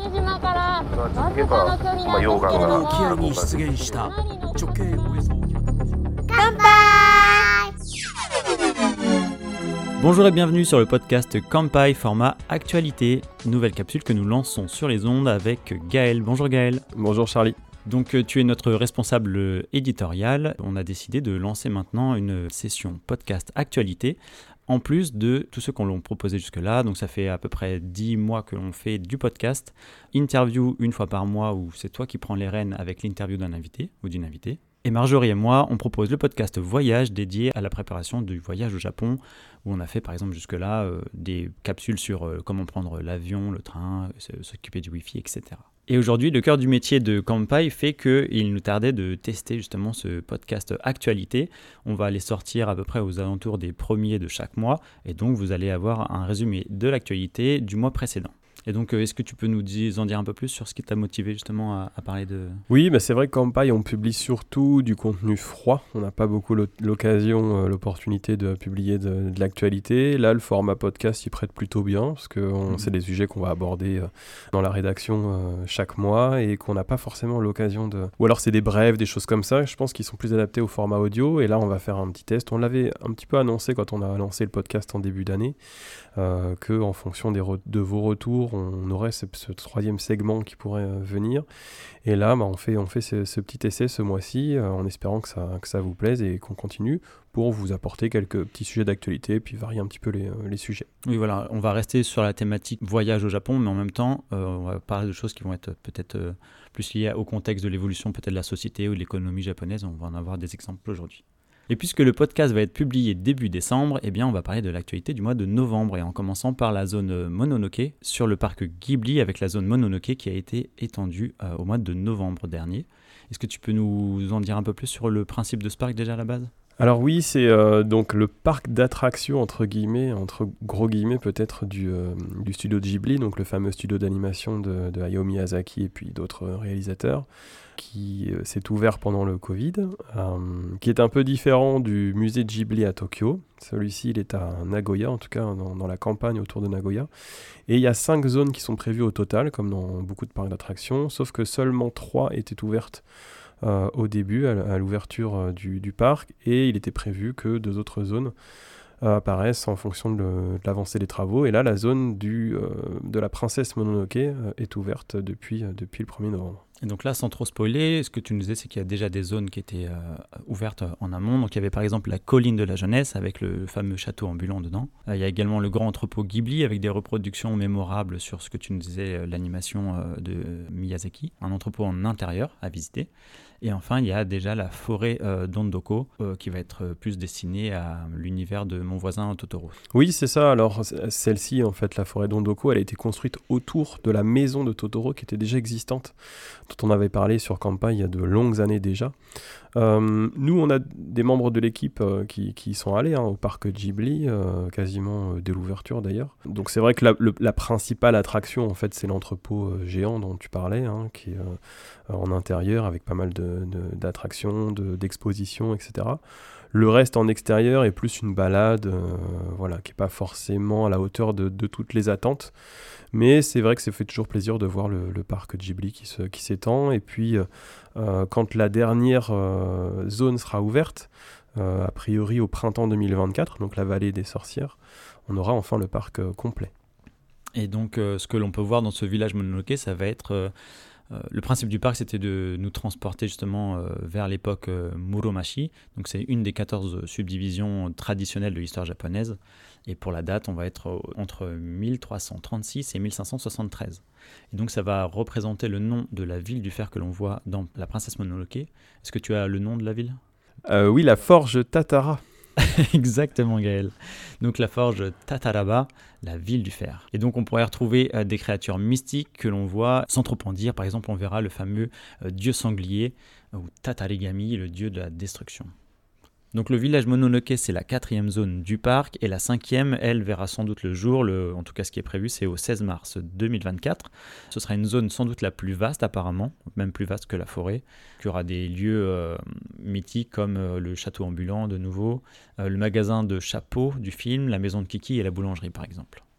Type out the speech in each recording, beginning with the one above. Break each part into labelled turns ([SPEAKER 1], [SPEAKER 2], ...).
[SPEAKER 1] 沖合に出現した直径およそ
[SPEAKER 2] Bonjour et bienvenue sur le podcast Kanpai format actualité, nouvelle capsule que nous lançons sur les ondes avec Gaël. Bonjour Gaël.
[SPEAKER 3] Bonjour Charlie.
[SPEAKER 2] Donc tu es notre responsable éditorial. On a décidé de lancer maintenant une session podcast actualité en plus de tous ceux qu'on l'a proposé jusque-là. Donc ça fait à peu près 10 mois que l'on fait du podcast. Interview une fois par mois où c'est toi qui prends les rênes avec l'interview d'un invité ou d'une invitée. Et Marjorie et moi, on propose le podcast Voyage dédié à la préparation du voyage au Japon, où on a fait par exemple jusque-là des capsules sur comment prendre l'avion, le train, s'occuper du Wi-Fi, etc. Et aujourd'hui, le cœur du métier de Kanpai fait qu'il nous tardait de tester justement ce podcast actualité. On va les sortir à peu près aux alentours des premiers de chaque mois, et donc vous allez avoir un résumé de l'actualité du mois précédent. Et donc, est-ce que tu peux nous en dire un peu plus sur ce qui t'a motivé justement à parler de...
[SPEAKER 3] Oui, c'est vrai que Kanpai, on publie surtout du contenu froid. On n'a pas beaucoup l'opportunité de publier de l'actualité. Là, le format podcast, il prête plutôt bien, parce que c'est des sujets qu'on va aborder dans la rédaction chaque mois et qu'on n'a pas forcément l'occasion de... Ou alors c'est des brèves, des choses comme ça, je pense qu'ils sont plus adaptés au format audio. Et là, on va faire un petit test. On l'avait un petit peu annoncé quand on a lancé le podcast en début d'année, qu'en fonction de vos retours, on aurait ce troisième segment qui pourrait venir. Et là, on fait ce petit essai ce mois-ci en espérant que ça vous plaise et qu'on continue pour vous apporter quelques petits sujets d'actualité et puis varier un petit peu les sujets.
[SPEAKER 2] Oui, voilà, on va rester sur la thématique voyage au Japon, mais en même temps, on va parler de choses qui vont être peut-être plus liées au contexte de l'évolution peut-être de la société ou de l'économie japonaise. On va en avoir des exemples aujourd'hui. Et puisque le podcast va être publié début décembre, eh bien on va parler de l'actualité du mois de novembre et en commençant par la zone Mononoke sur le parc Ghibli avec la zone Mononoke qui a été étendue au mois de novembre dernier. Est-ce que tu peux nous en dire un peu plus sur le principe de ce parc déjà à la base ?
[SPEAKER 3] Alors oui, c'est donc le parc d'attractions entre gros guillemets peut-être du studio de Ghibli, donc le fameux studio d'animation de Hayao Miyazaki et puis d'autres réalisateurs, qui s'est ouvert pendant le Covid, qui est un peu différent du musée Ghibli à Tokyo. Celui-ci, il est à Nagoya, en tout cas dans la campagne autour de Nagoya. Et il y a 5 zones qui sont prévues au total, comme dans beaucoup de parcs d'attractions, sauf que seulement 3 étaient ouvertes au début, à l'ouverture du parc, et il était prévu que 2 autres zones apparaissent en fonction de l'avancée des travaux. Et là, la zone de la princesse Mononoke est ouverte depuis le 1er novembre.
[SPEAKER 2] Et donc là, sans trop spoiler, ce que tu nous disais, c'est qu'il y a déjà des zones qui étaient ouvertes en amont. Donc il y avait par exemple la colline de la jeunesse avec le fameux château ambulant dedans. Il y a également le grand entrepôt Ghibli avec des reproductions mémorables sur ce que tu nous disais, l'animation de Miyazaki. Un entrepôt en intérieur à visiter. Et enfin, il y a déjà la forêt d'Ondoko qui va être plus destinée à l'univers de Mon voisin Totoro.
[SPEAKER 3] Oui, c'est ça. Alors, celle-ci, en fait, la forêt d'Ondoko, elle a été construite autour de la maison de Totoro qui était déjà existante, dont on avait parlé sur Kanpai il y a de longues années déjà. Nous, on a des membres de l'équipe qui sont allés au parc Ghibli, quasiment dès l'ouverture d'ailleurs. Donc c'est vrai que la principale attraction, en fait, c'est l'entrepôt géant dont tu parlais, qui est en intérieur avec pas mal d'attractions, d'expositions, etc. Le reste en extérieur est plus une balade qui n'est pas forcément à la hauteur de toutes les attentes. Mais c'est vrai que ça fait toujours plaisir de voir le parc Ghibli qui s'étend. Et puis, quand la dernière zone sera ouverte, a priori au printemps 2024, donc la vallée des sorcières, on aura enfin le parc complet.
[SPEAKER 2] Et donc, ce que l'on peut voir dans ce village Mononoke, ça va être... le principe du parc, c'était de nous transporter justement vers l'époque Muromachi. Donc c'est une des 14 subdivisions traditionnelles de l'histoire japonaise. Et pour la date, on va être entre 1336 et 1573. Et donc ça va représenter le nom de la ville du fer que l'on voit dans La Princesse Mononoke. Est-ce que tu as le nom de la ville ?
[SPEAKER 3] Oui, la forge Tatara.
[SPEAKER 2] Exactement, Gaël. Donc la forge Tataraba, la ville du fer. Et donc on pourrait retrouver des créatures mystiques que l'on voit sans trop en dire. Par exemple, on verra le fameux dieu sanglier ou Tatarigami, le dieu de la destruction. Donc le village Mononoke, c'est la 4e zone du parc et la 5e, elle, verra sans doute le jour, en tout cas ce qui est prévu, c'est au 16 mars 2024. Ce sera une zone sans doute la plus vaste apparemment, même plus vaste que la forêt, qui aura des lieux mythiques comme le château ambulant de nouveau, le magasin de chapeaux du film, la maison de Kiki et la boulangerie par exemple.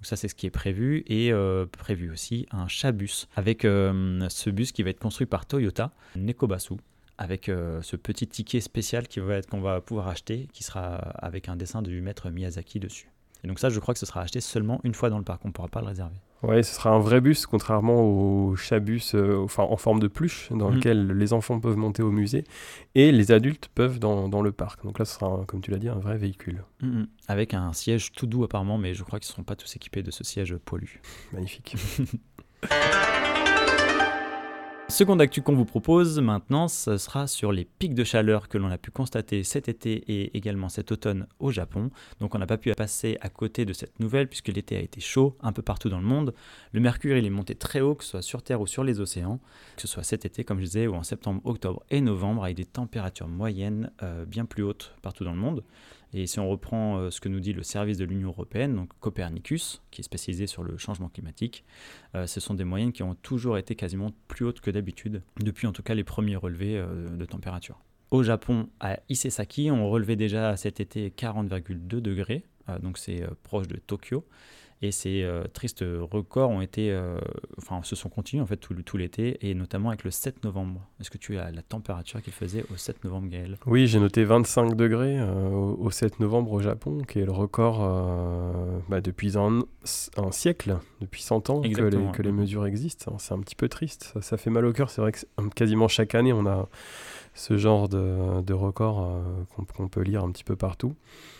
[SPEAKER 2] Donc ça, c'est ce qui est prévu. Et prévu aussi un Chabus, avec ce bus qui va être construit par Toyota, Nekobasu, avec ce petit ticket spécial qu'on va pouvoir acheter, qui sera avec un dessin du maître Miyazaki dessus. Et donc ça, je crois que ce sera acheté seulement une fois dans le parc, on ne pourra pas le réserver.
[SPEAKER 3] Ouais, ce sera un vrai bus, contrairement au Chabus en forme de pluche, dans lequel les enfants peuvent monter au musée, et les adultes peuvent dans le parc. Donc là, ce sera, comme tu l'as dit, un vrai véhicule.
[SPEAKER 2] Avec un siège tout doux apparemment, mais je crois qu'ils ne seront pas tous équipés de ce siège poilu.
[SPEAKER 3] Magnifique.
[SPEAKER 2] Seconde actu qu'on vous propose maintenant, ce sera sur les pics de chaleur que l'on a pu constater cet été et également cet automne au Japon. Donc on n'a pas pu passer à côté de cette nouvelle puisque l'été a été chaud un peu partout dans le monde. Le mercure il est monté très haut, que ce soit sur Terre ou sur les océans, que ce soit cet été comme je disais ou en septembre, octobre et novembre avec des températures moyennes bien plus hautes partout dans le monde. Et si on reprend ce que nous dit le service de l'Union européenne, donc Copernicus, qui est spécialisé sur le changement climatique, ce sont des moyennes qui ont toujours été quasiment plus hautes que d'habitude, depuis en tout cas les premiers relevés de température. Au Japon, à Ise-Saki, on relevait déjà cet été 40,2 degrés, donc c'est proche de Tokyo. Et ces tristes records se sont continués en fait tout l'été, et notamment avec le 7 novembre. Est-ce que tu as la température qu'il faisait au 7 novembre, Gaël ?
[SPEAKER 3] Oui, j'ai noté 25 degrés au 7 novembre au Japon, qui est le record depuis un siècle, depuis 100 ans que les mesures existent. C'est un petit peu triste, ça fait mal au cœur. C'est vrai que quasiment chaque année, on a ce genre de record qu'on peut lire un petit peu partout.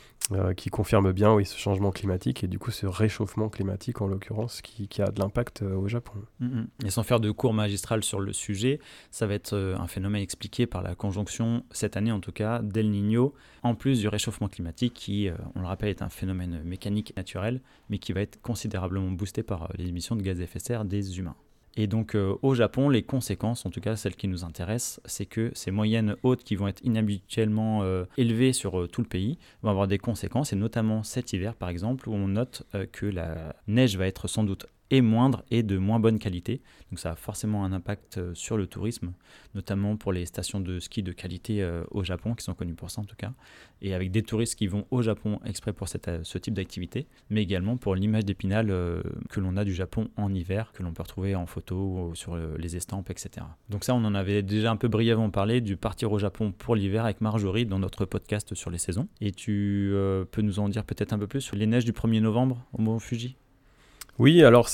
[SPEAKER 3] Qui confirme bien ce changement climatique et du coup ce réchauffement climatique en l'occurrence qui a de l'impact au Japon.
[SPEAKER 2] Et sans faire de cours magistral sur le sujet, ça va être un phénomène expliqué par la conjonction, cette année en tout cas, d'El Niño, en plus du réchauffement climatique qui, on le rappelle, est un phénomène mécanique naturel, mais qui va être considérablement boosté par les émissions de gaz à effet de serre des humains. Et donc au Japon, les conséquences, en tout cas celles qui nous intéressent, c'est que ces moyennes hautes qui vont être inhabituellement élevées sur tout le pays vont avoir des conséquences, et notamment cet hiver par exemple, où on note que la neige va être sans doute moindre et de moins bonne qualité. Donc ça a forcément un impact sur le tourisme, notamment pour les stations de ski de qualité au Japon, qui sont connues pour ça en tout cas, et avec des touristes qui vont au Japon exprès pour ce type d'activité, mais également pour l'image d'Épinal que l'on a du Japon en hiver, que l'on peut retrouver en photo, sur les estampes, etc. Donc ça, on en avait déjà un peu brièvement parlé du partir au Japon pour l'hiver avec Marjorie dans notre podcast sur les saisons. Et tu peux nous en dire peut-être un peu plus sur les neiges du 1er novembre au Mont Fuji ?
[SPEAKER 3] Oui, alors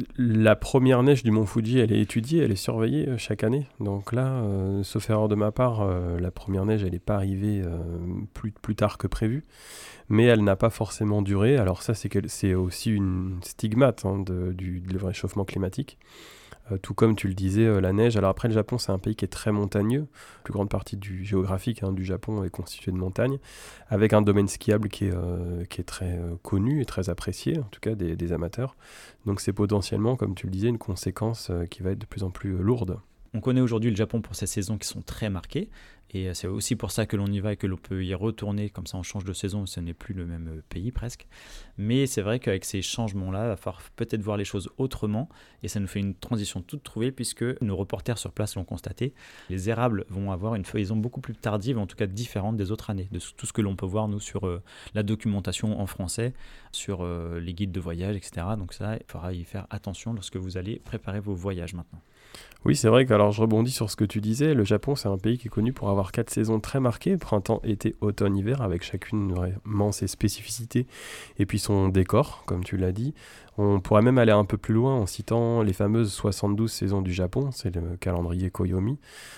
[SPEAKER 3] la première neige du Mont Fuji, elle est étudiée, elle est surveillée chaque année. Donc là, sauf erreur de ma part, la première neige, elle n'est pas arrivée plus tard que prévu. Mais elle n'a pas forcément duré. Alors ça, c'est aussi une stigmate du réchauffement climatique. Tout comme tu le disais, la neige. Alors après, le Japon, c'est un pays qui est très montagneux. La plus grande partie géographique du Japon est constituée de montagnes, avec un domaine skiable qui est très connu et très apprécié, en tout cas des amateurs. Donc c'est potentiellement, comme tu le disais, une conséquence qui va être de plus en plus lourde.
[SPEAKER 2] On connaît aujourd'hui le Japon pour ses saisons qui sont très marquées, et c'est aussi pour ça que l'on y va et que l'on peut y retourner, comme ça on change de saison, ce n'est plus le même pays presque. Mais c'est vrai qu'avec ces changements-là, il va falloir peut-être voir les choses autrement, et ça nous fait une transition toute trouvée, puisque nos reporters sur place l'ont constaté, les érables vont avoir une feuillaison beaucoup plus tardive, en tout cas différente des autres années, de tout ce que l'on peut voir nous sur la documentation en français, sur les guides de voyage, etc. Donc ça, il faudra y faire attention lorsque vous allez préparer vos voyages maintenant.
[SPEAKER 3] Oui, c'est vrai que, alors je rebondis sur ce que tu disais, le Japon c'est un pays qui est connu pour avoir 4 saisons très marquées, printemps, été, automne, hiver, avec chacune vraiment ses spécificités et puis son décor, comme tu l'as dit. On pourrait même aller un peu plus loin en citant les fameuses 72 saisons du Japon, c'est le calendrier Koyomi,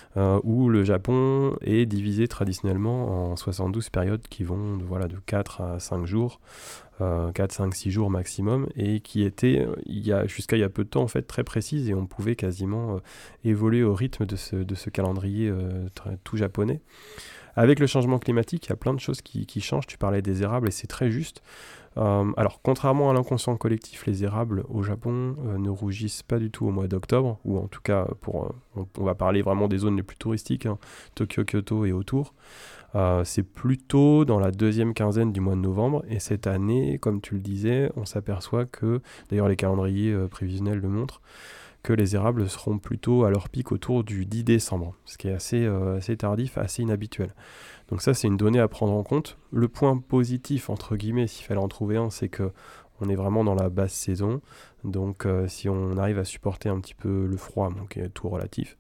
[SPEAKER 3] où le Japon est divisé traditionnellement en 72 périodes qui vont de 4 à 5 jours, 4, 5, 6 jours maximum, et qui étaient, jusqu'à il y a peu de temps, en fait, très précises, et on pouvait quasiment évoluer au rythme de ce calendrier tout japonais. Avec le changement climatique, il y a plein de choses qui changent. Tu parlais des érables, et c'est très juste. Alors, contrairement à l'inconscient collectif, les érables au Japon ne rougissent pas du tout au mois d'octobre, ou en tout cas, on va parler vraiment des zones les plus touristiques, Tokyo, Kyoto et autour. C'est plutôt dans la deuxième quinzaine du mois de novembre, et cette année, comme tu le disais, on s'aperçoit que, d'ailleurs les calendriers prévisionnels le montrent, que les érables seront plutôt à leur pic autour du 10 décembre, ce qui est assez tardif, assez inhabituel. Donc ça, c'est une donnée à prendre en compte. Le point positif, entre guillemets, s'il fallait en trouver un, c'est que on est vraiment dans la basse saison. Donc si on arrive à supporter un petit peu le froid, qui est tout relatif,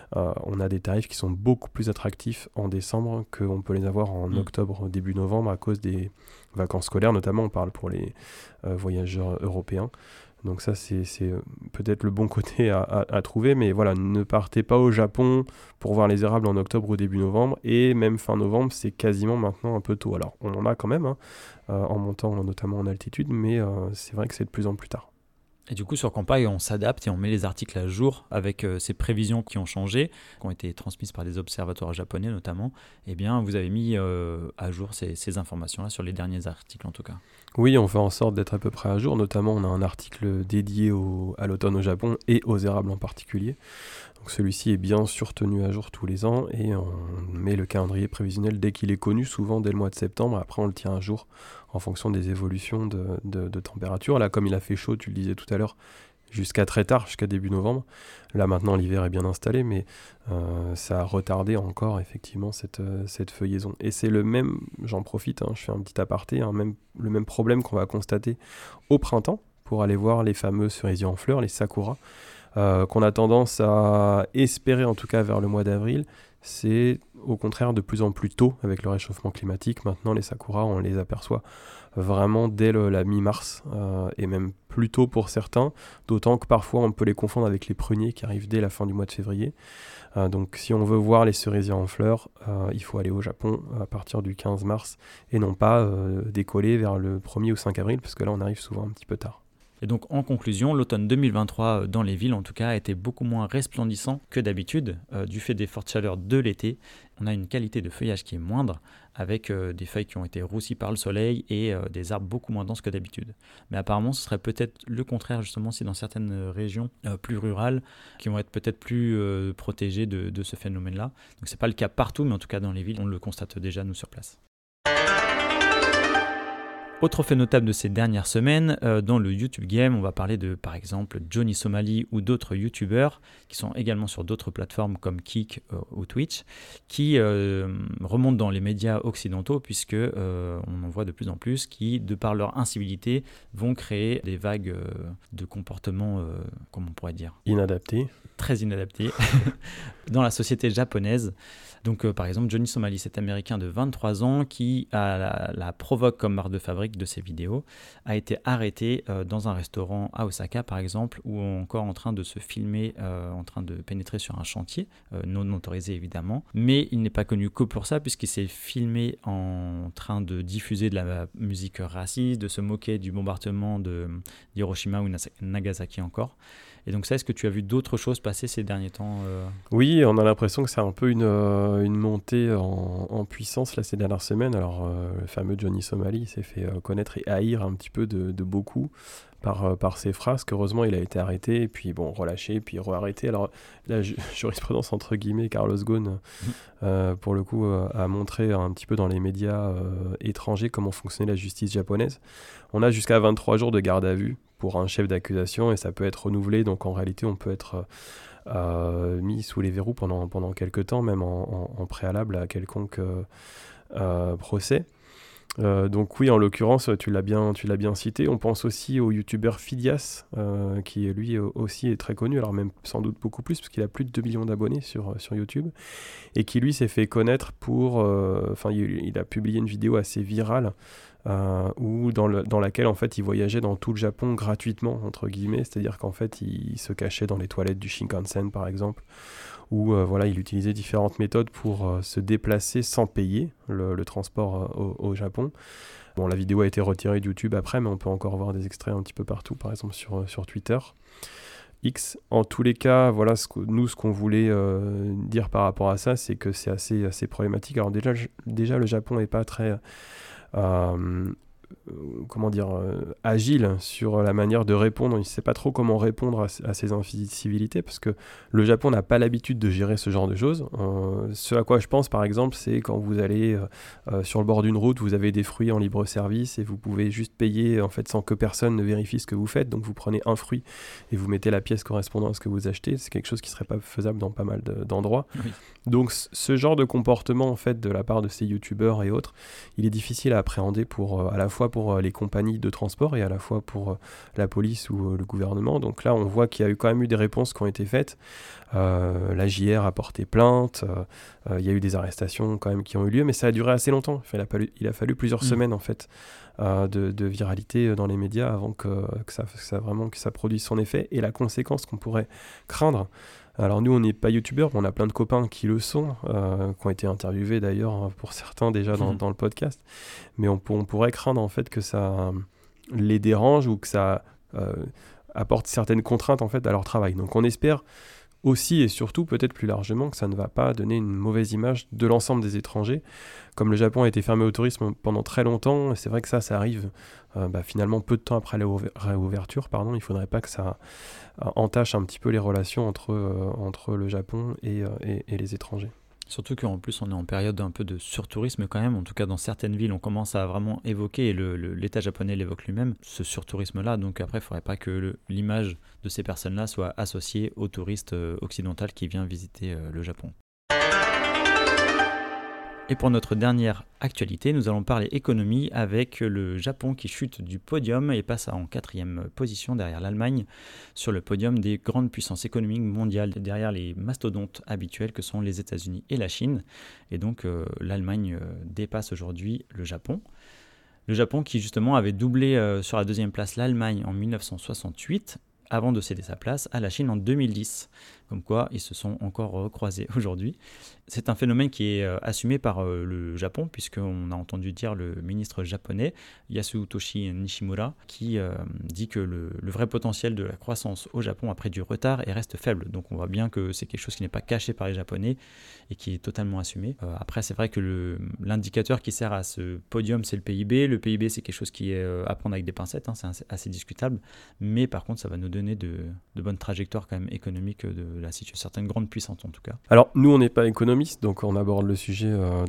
[SPEAKER 3] on a des tarifs qui sont beaucoup plus attractifs en décembre qu'on peut les avoir en octobre, début novembre, à cause des vacances scolaires, notamment on parle pour les voyageurs européens. Donc ça, c'est peut-être le bon côté à trouver, mais voilà, ne partez pas au Japon pour voir les érables en octobre ou début novembre, et même fin novembre, c'est quasiment maintenant un peu tôt. Alors, on en a quand même, en montant notamment en altitude, mais c'est vrai que c'est de plus en plus tard.
[SPEAKER 2] Et du coup, sur Campai, on s'adapte et on met les articles à jour avec ces prévisions qui ont changé, qui ont été transmises par des observatoires japonais notamment. Eh bien, vous avez mis à jour ces informations-là sur les derniers articles en tout cas.
[SPEAKER 3] Oui, on fait en sorte d'être à peu près à jour. Notamment, on a un article dédié à l'automne au Japon et aux érables en particulier. Donc celui-ci est bien sûr tenu à jour tous les ans et on met le calendrier prévisionnel dès qu'il est connu, souvent dès le mois de septembre. Après, on le tient à jour en fonction des évolutions de température. Là, comme il a fait chaud, tu le disais tout à l'heure, jusqu'à très tard, jusqu'à début novembre. Là, maintenant, l'hiver est bien installé, mais ça a retardé encore, effectivement, cette feuillaison. Et c'est le même, j'en profite, je fais un petit aparté, le même problème qu'on va constater au printemps, pour aller voir les fameux cerisiers en fleurs, les sakuras, qu'on a tendance à espérer, en tout cas vers le mois d'avril. C'est au contraire de plus en plus tôt avec le réchauffement climatique. Maintenant, les sakuras, on les aperçoit vraiment dès la mi-mars, et même plus tôt pour certains, d'autant que parfois on peut les confondre avec les pruniers qui arrivent dès la fin du mois de février. Donc si on veut voir les cerisiers en fleurs, il faut aller au Japon à partir du 15 mars et non pas décoller vers le 1er ou 5 avril, parce que là on arrive souvent un petit peu tard.
[SPEAKER 2] Et donc en conclusion, l'automne 2023 dans les villes en tout cas a été beaucoup moins resplendissant que d'habitude du fait des fortes chaleurs de l'été. On a une qualité de feuillage qui est moindre avec des feuilles qui ont été roussies par le soleil et des arbres beaucoup moins denses que d'habitude. Mais apparemment ce serait peut-être le contraire justement si dans certaines régions plus rurales qui vont être peut-être plus protégées de ce phénomène-là. Donc c'est pas le cas partout mais en tout cas dans les villes on le constate déjà nous sur place. Autre fait notable de ces dernières semaines, dans le YouTube Game, on va parler de, par exemple, Johnny Somali ou d'autres YouTubeurs qui sont également sur d'autres plateformes comme Kick ou Twitch, qui remontent dans les médias occidentaux puisque on en voit de plus en plus qui, de par leur incivilité, vont créer des vagues de comportements, comment on pourrait dire,
[SPEAKER 3] inadaptés.
[SPEAKER 2] Très inadaptés dans la société japonaise. Donc par exemple Johnny Somali, cet américain de 23 ans qui la provoque comme marque de fabrique de ses vidéos, a été arrêté dans un restaurant à Osaka par exemple, ou encore en train de se filmer, en train de pénétrer sur un chantier, non autorisé évidemment, mais il n'est pas connu que pour ça puisqu'il s'est filmé en train de diffuser de la musique raciste, de se moquer du bombardement d'Hiroshima ou Nagasaki encore. Et donc ça, est-ce que tu as vu d'autres choses passer ces derniers temps
[SPEAKER 3] Oui, on a l'impression que c'est un peu une montée en puissance là, ces dernières semaines. Alors, le fameux Johnny Somali s'est fait connaître et haïr un petit peu de beaucoup par ses phrases, qu'heureusement il a été arrêté, et puis bon, relâché, puis re-arrêté. Alors la jurisprudence entre guillemets, Carlos Ghosn, pour le coup, a montré un petit peu dans les médias étrangers comment fonctionnait la justice japonaise. On a jusqu'à 23 jours de garde à vue pour un chef d'accusation, et ça peut être renouvelé, donc en réalité on peut être mis sous les verrous pendant quelques temps, même en préalable à quelconque procès. Donc oui, en l'occurrence, tu l'as bien cité. On pense aussi au youtubeur Phidias, qui lui aussi est très connu, alors même sans doute beaucoup plus, parce qu'il a plus de 2 millions d'abonnés sur YouTube, et qui lui s'est fait connaître pour... il a publié une vidéo assez virale, dans laquelle en fait il voyageait dans tout le Japon gratuitement, entre guillemets, c'est-à-dire qu'en fait il se cachait dans les toilettes du Shinkansen par exemple, où il utilisait différentes méthodes pour se déplacer sans payer le transport au Japon. Bon, la vidéo a été retirée de YouTube après, mais on peut encore voir des extraits un petit peu partout, par exemple sur Twitter. X. En tous les cas, voilà ce qu'on voulait dire par rapport à ça, c'est que c'est assez problématique. Alors déjà le Japon n'est pas très... agile sur la manière de répondre. Il ne sait pas trop comment répondre à ces incivilités, parce que le Japon n'a pas l'habitude de gérer ce genre de choses. Ce à quoi je pense par exemple, c'est quand vous allez sur le bord d'une route, vous avez des fruits en libre service et vous pouvez juste payer en fait sans que personne ne vérifie ce que vous faites. Donc vous prenez un fruit et vous mettez la pièce correspondant à ce que vous achetez. C'est quelque chose qui ne serait pas faisable dans pas mal d'endroits. Oui. Donc ce genre de comportement en fait de la part de ces youtubeurs et autres, il est difficile à appréhender à la fois pour les compagnies de transport et à la fois pour la police ou le gouvernement. Donc là, on voit qu'il y a quand même eu des réponses qui ont été faites. La JR a porté plainte, il y a eu des arrestations quand même qui ont eu lieu, mais ça a duré assez longtemps. Il a fallu plusieurs semaines en fait de viralité dans les médias avant que ça produise son effet. Et la conséquence qu'on pourrait craindre, alors nous on n'est pas youtubeurs, on a plein de copains qui le sont, qui ont été interviewés d'ailleurs pour certains déjà dans le podcast, mais on pourrait craindre en fait que ça les dérange ou que ça apporte certaines contraintes en fait à leur travail. Donc on espère aussi et surtout, peut-être plus largement, que ça ne va pas donner une mauvaise image de l'ensemble des étrangers. Comme le Japon a été fermé au tourisme pendant très longtemps, et c'est vrai que ça arrive finalement peu de temps après la réouverture. Il ne faudrait pas que ça entache un petit peu les relations entre le Japon et les étrangers.
[SPEAKER 2] Surtout qu'en plus on est en période un peu de surtourisme quand même, en tout cas dans certaines villes on commence à vraiment évoquer, et l'État japonais l'évoque lui-même, ce surtourisme-là, donc après il ne faudrait pas que l'image de ces personnes-là soit associée au touriste occidental qui vient visiter le Japon. Et pour notre dernière actualité, nous allons parler économie avec le Japon qui chute du podium et passe en 4e position derrière l'Allemagne sur le podium des grandes puissances économiques mondiales, derrière les mastodontes habituels que sont les États-Unis et la Chine. Et donc l'Allemagne dépasse aujourd'hui le Japon. Le Japon qui justement avait doublé sur la 2e place l'Allemagne en 1968 avant de céder sa place à la Chine en 2010. Comme quoi, ils se sont encore recroisés aujourd'hui. C'est un phénomène qui est assumé par le Japon, puisqu'on a entendu dire le ministre japonais, Yasutoshi Nishimura, qui dit que le vrai potentiel de la croissance au Japon a pris du retard et reste faible. Donc on voit bien que c'est quelque chose qui n'est pas caché par les Japonais et qui est totalement assumé. Après, c'est vrai que l'indicateur qui sert à ce podium, c'est le PIB. Le PIB, c'est quelque chose qui est à prendre avec des pincettes, c'est assez discutable. Mais par contre, ça va nous donner de bonnes trajectoires quand même économiques de la situation, certaines grandes puissances en tout cas.
[SPEAKER 3] Alors nous on n'est pas économistes, donc on aborde le sujet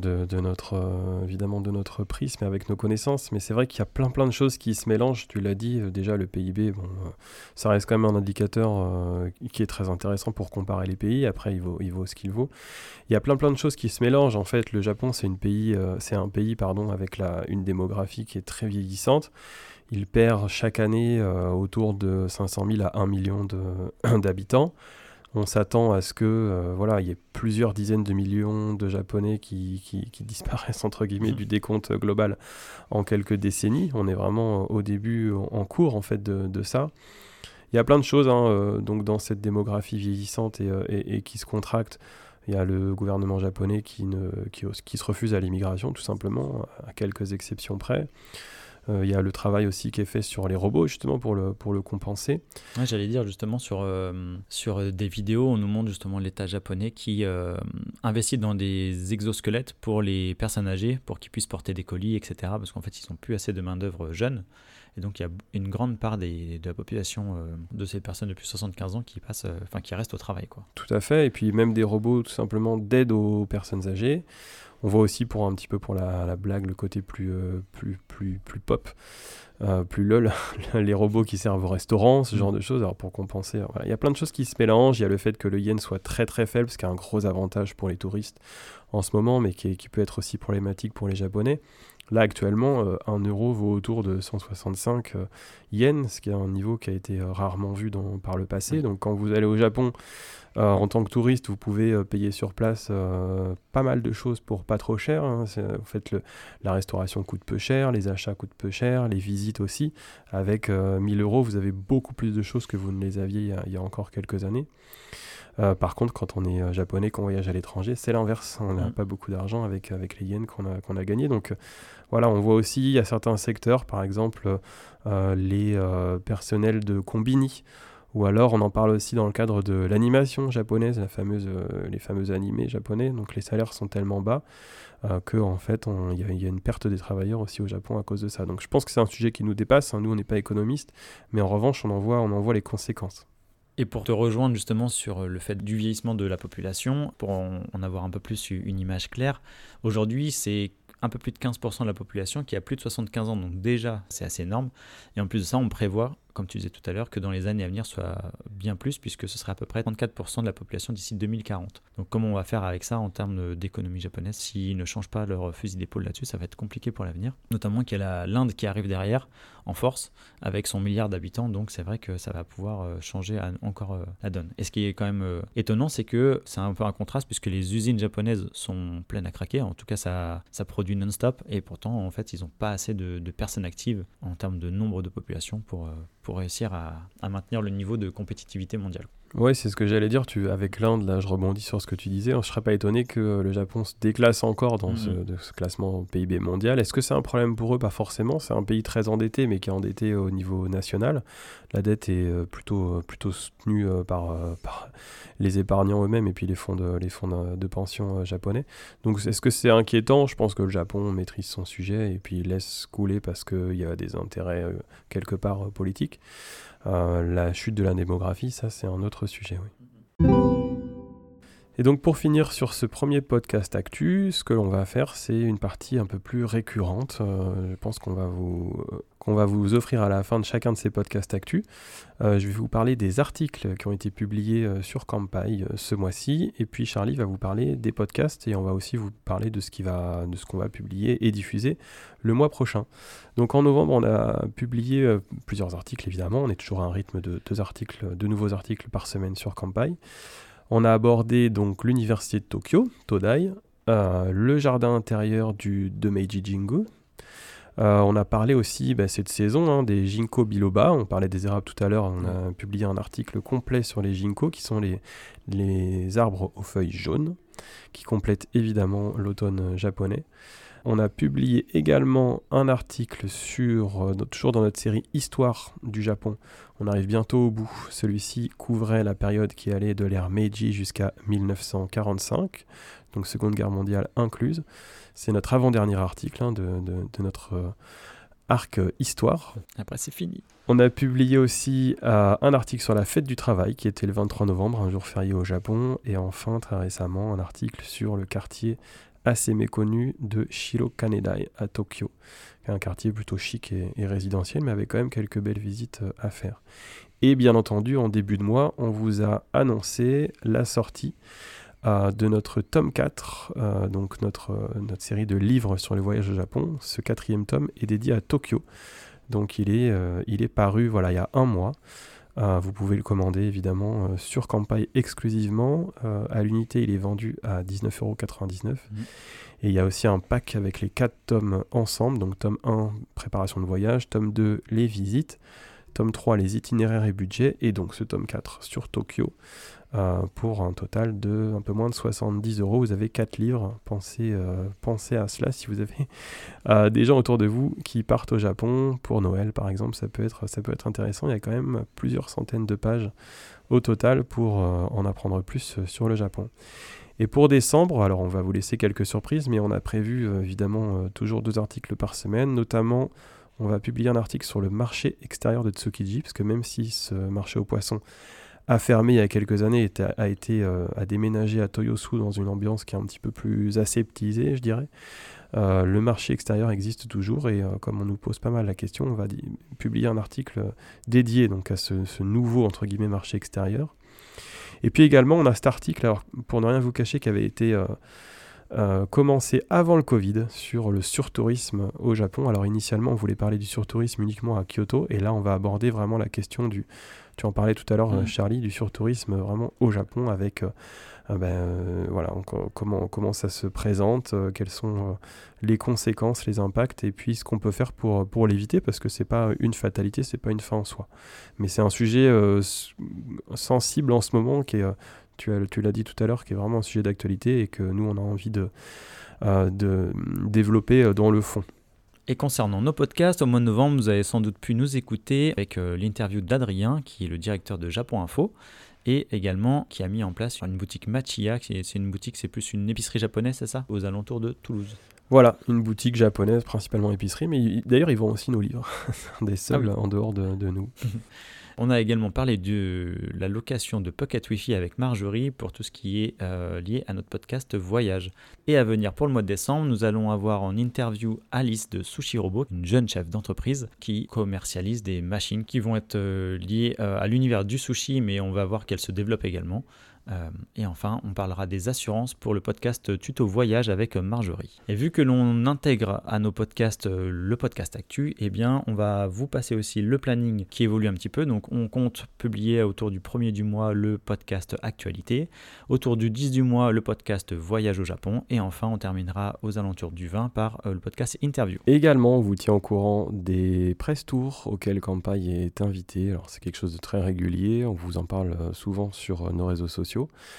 [SPEAKER 3] évidemment de notre prisme et avec nos connaissances, mais c'est vrai qu'il y a plein de choses qui se mélangent. Tu l'as dit, déjà le PIB, ça reste quand même un indicateur qui est très intéressant pour comparer les pays. Après il vaut ce qu'il vaut. Il y a plein de choses qui se mélangent. En fait le Japon c'est un pays avec une démographie qui est très vieillissante. Il perd chaque année autour de 500 000 à 1 million d'habitants. On s'attend à ce que il y ait plusieurs dizaines de millions de Japonais qui disparaissent entre guillemets du décompte global en quelques décennies. On est vraiment au début, en cours en fait de ça. Il y a plein de choses donc dans cette démographie vieillissante et qui se contracte. Il y a le gouvernement japonais qui se refuse à l'immigration tout simplement, à quelques exceptions près. Il y a le travail aussi qui est fait sur les robots justement pour le compenser.
[SPEAKER 2] Ouais, j'allais dire justement sur des vidéos, on nous montre justement l'État japonais qui investit dans des exosquelettes pour les personnes âgées, pour qu'ils puissent porter des colis, etc. Parce qu'en fait, ils n'ont plus assez de main-d'œuvre jeune. Et donc, il y a une grande part de la population de ces personnes de plus de 75 ans qui restent au travail, quoi.
[SPEAKER 3] Tout à fait. Et puis même des robots tout simplement d'aide aux personnes âgées. On voit aussi pour la blague le côté plus pop, plus lol, les robots qui servent au restaurant, ce genre de choses. Alors pour compenser, il y a plein de choses qui se mélangent. Il y a le fait que le yen soit très très faible, ce qui est un gros avantage pour les touristes en ce moment, mais qui peut être aussi problématique pour les Japonais. Là actuellement, 1 euro vaut autour de 165 yens, ce qui est un niveau qui a été rarement vu par le passé. Donc quand vous allez au Japon, en tant que touriste, vous pouvez payer sur place pas mal de choses pour pas trop cher. En fait, la restauration coûte peu cher, les achats coûtent peu cher, les visites aussi. Avec 1000 euros, vous avez beaucoup plus de choses que vous ne les aviez il y a encore quelques années. Par contre, quand on est japonais, qu'on voyage à l'étranger, c'est l'inverse. On n'a pas beaucoup d'argent avec les yens qu'on a gagnés. Donc voilà, on voit aussi, il y a certains secteurs, par exemple les personnels de combini. Ou alors, on en parle aussi dans le cadre de l'animation japonaise, les fameux animés japonais. Donc les salaires sont tellement bas qu'en fait, il y a une perte des travailleurs aussi au Japon à cause de ça. Donc je pense que c'est un sujet qui nous dépasse. Nous, on n'est pas économistes, mais en revanche, on en voit les conséquences.
[SPEAKER 2] Et pour te rejoindre justement sur le fait du vieillissement de la population, pour en avoir un peu plus une image claire, aujourd'hui c'est un peu plus de 15% de la population qui a plus de 75 ans, donc déjà c'est assez énorme. Et en plus de ça, on prévoit comme tu disais tout à l'heure, que dans les années à venir soit bien plus, puisque ce serait à peu près 34% de la population d'ici 2040. Donc comment on va faire avec ça en termes d'économie japonaise? S'ils ne changent pas leur fusil d'épaule là-dessus, ça va être compliqué pour l'avenir. Notamment qu'il y a l'Inde qui arrive derrière en force avec son milliard d'habitants, donc c'est vrai que ça va pouvoir changer encore la donne. Et ce qui est quand même étonnant, c'est que c'est un peu un contraste, puisque les usines japonaises sont pleines à craquer, en tout cas ça produit non-stop, et pourtant en fait ils n'ont pas assez de personnes actives en termes de nombre de population pour réussir à maintenir le niveau de compétitivité mondiale.
[SPEAKER 3] Oui, c'est ce que j'allais dire. Avec l'Inde, là, je rebondis sur ce que tu disais. Je ne serais pas étonné que le Japon se déclasse encore dans ce classement PIB mondial. Est-ce que c'est un problème pour eux? Pas forcément. C'est un pays très endetté, mais qui est endetté au niveau national. La dette est plutôt soutenue par les épargnants eux-mêmes et puis les fonds de pension japonais. Donc, est-ce que c'est inquiétant? Je pense que le Japon maîtrise son sujet et puis laisse couler parce qu'il y a des intérêts quelque part politiques. La chute de la démographie, ça c'est un autre sujet, oui. Et donc pour finir sur ce premier podcast actu, ce que l'on va faire, c'est une partie un peu plus récurrente. Je pense qu'on va vous offrir à la fin de chacun de ces podcasts actu. Je vais vous parler des articles qui ont été publiés sur Kanpai ce mois-ci, et puis Charlie va vous parler des podcasts, et on va aussi vous parler de ce qu'on va publier et diffuser le mois prochain. Donc en novembre, on a publié plusieurs articles, évidemment. On est toujours à un rythme de 2 nouveaux articles par semaine sur Kanpai. On a abordé donc l'université de Tokyo, Todai, le jardin intérieur de Meiji Jingu. On a parlé aussi cette saison des ginkgo biloba. On parlait des érables tout à l'heure. On a publié un article complet sur les ginkgo, qui sont les arbres aux feuilles jaunes, qui complètent évidemment l'automne japonais. On a publié également un article toujours dans notre série Histoire du Japon. On arrive bientôt au bout. Celui-ci couvrait la période qui allait de l'ère Meiji jusqu'à 1945, donc Seconde Guerre mondiale incluse. C'est notre avant-dernier article de notre arc Histoire.
[SPEAKER 2] Après, c'est fini.
[SPEAKER 3] On a publié aussi un article sur la fête du travail, qui était le 23 novembre, un jour férié au Japon. Et enfin, très récemment, un article sur le quartier assez méconnu de Shiro-Kanedai à Tokyo, qui est un quartier plutôt chic et résidentiel, mais avec quand même quelques belles visites à faire. Et bien entendu, en début de mois, on vous a annoncé la sortie de notre tome 4, donc notre série de livres sur les voyages au Japon. Ce 4e tome est dédié à Tokyo. Donc il est paru il y a un mois. Vous pouvez le commander évidemment sur Kanpai exclusivement. À l'unité, il est vendu à 19,99€. Et il y a aussi un pack avec les 4 tomes ensemble. Donc tome 1, préparation de voyage. Tome 2, les visites. Tome 3, les itinéraires et budgets. Et donc ce tome 4 sur Tokyo. Pour un total de un peu moins de 70€. Vous avez 4 livres. Pensez à cela si vous avez des gens autour de vous qui partent au Japon pour Noël par exemple. Ça peut être intéressant. Il y a quand même plusieurs centaines de pages au total pour en apprendre plus sur le Japon. Et pour décembre, alors on va vous laisser quelques surprises, mais on a prévu évidemment toujours 2 articles par semaine. Notamment, on va publier un article sur le marché extérieur de Tsukiji, parce que même si ce marché aux poissons a fermé il y a quelques années, a déménagé à Toyosu dans une ambiance qui est un petit peu plus aseptisée, je dirais. Le marché extérieur existe toujours, et comme on nous pose pas mal la question, on va publier un article dédié donc à ce nouveau entre guillemets marché extérieur. Et puis également, on a cet article, alors pour ne rien vous cacher, qui avait été commencé avant le Covid sur le surtourisme au Japon. Alors initialement, on voulait parler du surtourisme uniquement à Kyoto, et là, on va aborder vraiment la question tu en parlais tout à l'heure, Charlie, du surtourisme vraiment au Japon, avec comment ça se présente, quelles sont les conséquences, les impacts, et puis ce qu'on peut faire pour l'éviter, parce que c'est pas une fatalité, c'est pas une fin en soi. Mais c'est un sujet sensible en ce moment, qui est, tu l'as dit tout à l'heure, qui est vraiment un sujet d'actualité, et que nous, on a envie de développer dans le fond.
[SPEAKER 2] Et concernant nos podcasts, au mois de novembre, vous avez sans doute pu nous écouter avec l'interview d'Adrien, qui est le directeur de Japon Info, et également qui a mis en place une boutique Machiya. C'est plus une épicerie japonaise, c'est ça, aux alentours de Toulouse.
[SPEAKER 3] Voilà, une boutique japonaise, principalement épicerie, mais d'ailleurs ils vendent aussi nos livres. C'est un des seuls en dehors de nous.
[SPEAKER 2] On a également parlé de la location de Pocket Wi-Fi avec Marjorie pour tout ce qui est lié à notre podcast Voyage. Et à venir pour le mois de décembre, nous allons avoir en interview Alice de Sushi Robot, une jeune chef d'entreprise qui commercialise des machines qui vont être liées à l'univers du sushi, mais on va voir qu'elle se développe également. Et enfin, on parlera des assurances pour le podcast Tuto Voyage avec Marjorie. Et vu que l'on intègre à nos podcasts le podcast Actu, eh bien, on va vous passer aussi le planning qui évolue un petit peu. Donc, on compte publier autour du 1er du mois le podcast Actualité, autour du 10 du mois le podcast Voyage au Japon, et enfin, on terminera aux alentours du 20 par le podcast Interview.
[SPEAKER 3] Également, on vous tient au courant des press tours auxquels Kanpai est invité. Alors, c'est quelque chose de très régulier. On vous en parle souvent sur nos réseaux sociaux.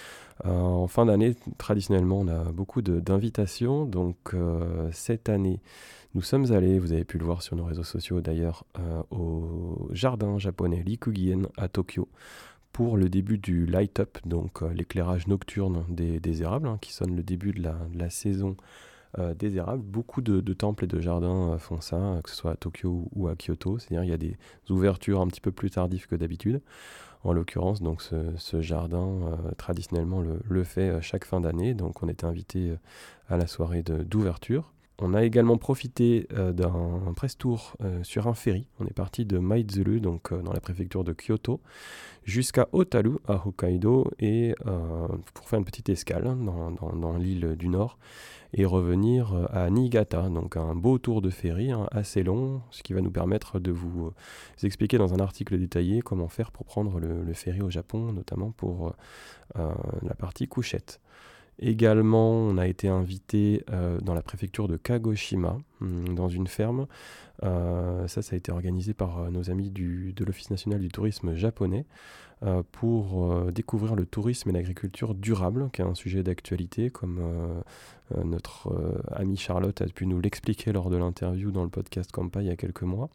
[SPEAKER 3] En fin d'année, traditionnellement, on a beaucoup d'invitations. Donc, cette année, nous sommes allés, vous avez pu le voir sur nos réseaux sociaux d'ailleurs, au jardin japonais Rikugien à Tokyo pour le début du light up, donc l'éclairage nocturne des érables, qui sonne le début de la saison des érables. Beaucoup de temples et de jardins font ça, que ce soit à Tokyo ou à Kyoto. C'est-à-dire il y a des ouvertures un petit peu plus tardives que d'habitude. En l'occurrence, donc ce jardin, traditionnellement, le fait chaque fin d'année. Donc, on était invité à la soirée d'ouverture. On a également profité d'un press tour sur un ferry. On est parti de Maizuru, donc dans la préfecture de Kyoto, jusqu'à Otaru, à Hokkaido, et pour faire une petite escale dans l'île du Nord, et revenir à Niigata, donc un beau tour de ferry assez long, ce qui va nous permettre de vous expliquer dans un article détaillé comment faire pour prendre le ferry au Japon, notamment pour la partie couchette. Également, on a été invité dans la préfecture de Kagoshima, dans une ferme. Ça a été organisé par nos amis de l'Office national du tourisme japonais pour découvrir le tourisme et l'agriculture durable, qui est un sujet d'actualité, comme notre amie Charlotte a pu nous l'expliquer lors de l'interview dans le podcast Kanpai il y a quelques mois.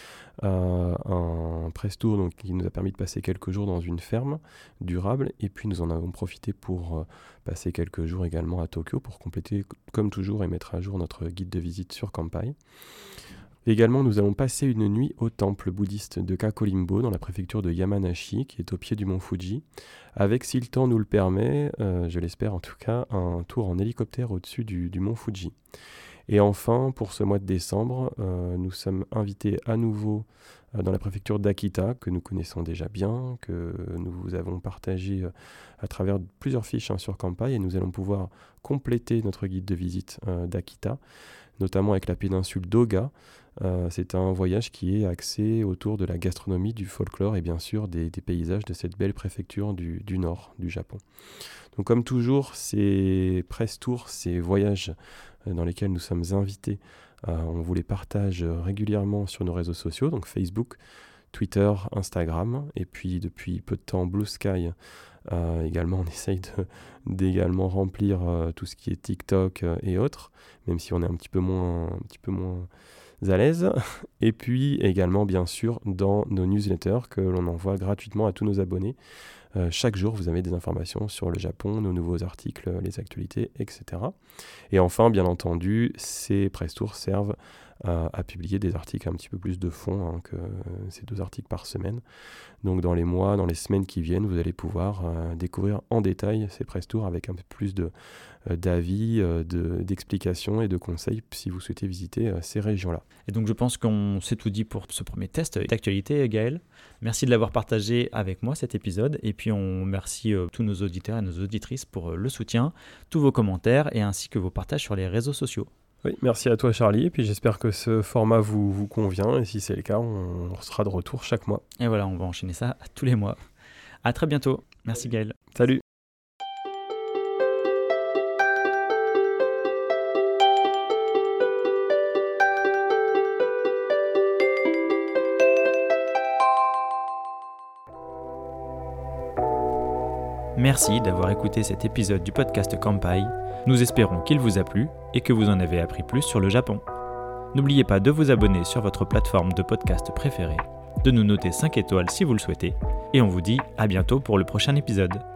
[SPEAKER 3] Un press tour donc, qui nous a permis de passer quelques jours dans une ferme durable, et puis nous en avons profité pour passer quelques jours également à Tokyo pour compléter comme toujours et mettre à jour notre guide de visite sur Kanpai. Également, nous allons passer une nuit au temple bouddhiste de Kakolimbo dans la préfecture de Yamanashi, qui est au pied du mont Fuji, avec, si le temps nous le permet, je l'espère en tout cas, un tour en hélicoptère au-dessus du mont Fuji. Et enfin, pour ce mois de décembre, nous sommes invités à nouveau dans la préfecture d'Akita, que nous connaissons déjà bien, que nous vous avons partagé à travers plusieurs fiches sur Kanpai, et nous allons pouvoir compléter notre guide de visite d'Akita, notamment avec la péninsule d'Oga. C'est un voyage qui est axé autour de la gastronomie, du folklore et bien sûr des paysages de cette belle préfecture du nord du Japon. Donc comme toujours, ces press tours, ces voyages dans lesquels nous sommes invités, on vous les partage régulièrement sur nos réseaux sociaux, donc Facebook, Twitter, Instagram, et puis depuis peu de temps Blue Sky. Également, on essaye d'également remplir tout ce qui est TikTok et autres, même si on est un petit peu moins à l'aise. Et puis également, bien sûr, dans nos newsletters que l'on envoie gratuitement à tous nos abonnés. Chaque jour, vous avez des informations sur le Japon, nos nouveaux articles, les actualités, etc. Et enfin, bien entendu, ces press tours servent à publier des articles un petit peu plus de fond que ces 2 articles par semaine. Donc dans les mois, dans les semaines qui viennent, vous allez pouvoir découvrir en détail ces press tours avec un peu plus d'avis, d'explications et de conseils si vous souhaitez visiter ces régions-là.
[SPEAKER 2] Et donc je pense qu'on s'est tout dit pour ce premier test d'actualité, Gaël. Merci de l'avoir partagé avec moi cet épisode, et puis on remercie tous nos auditeurs et nos auditrices pour le soutien, tous vos commentaires et ainsi que vos partages sur les réseaux sociaux.
[SPEAKER 3] Oui, merci à toi Charlie, et puis j'espère que ce format vous convient, et si c'est le cas, on sera de retour chaque mois.
[SPEAKER 2] Et voilà, on va enchaîner ça tous les mois. À très bientôt. Merci Gaël.
[SPEAKER 3] Salut.
[SPEAKER 2] Merci d'avoir écouté cet épisode du podcast Kanpai. Nous espérons qu'il vous a plu et que vous en avez appris plus sur le Japon. N'oubliez pas de vous abonner sur votre plateforme de podcast préférée, de nous noter 5 étoiles si vous le souhaitez, et on vous dit à bientôt pour le prochain épisode.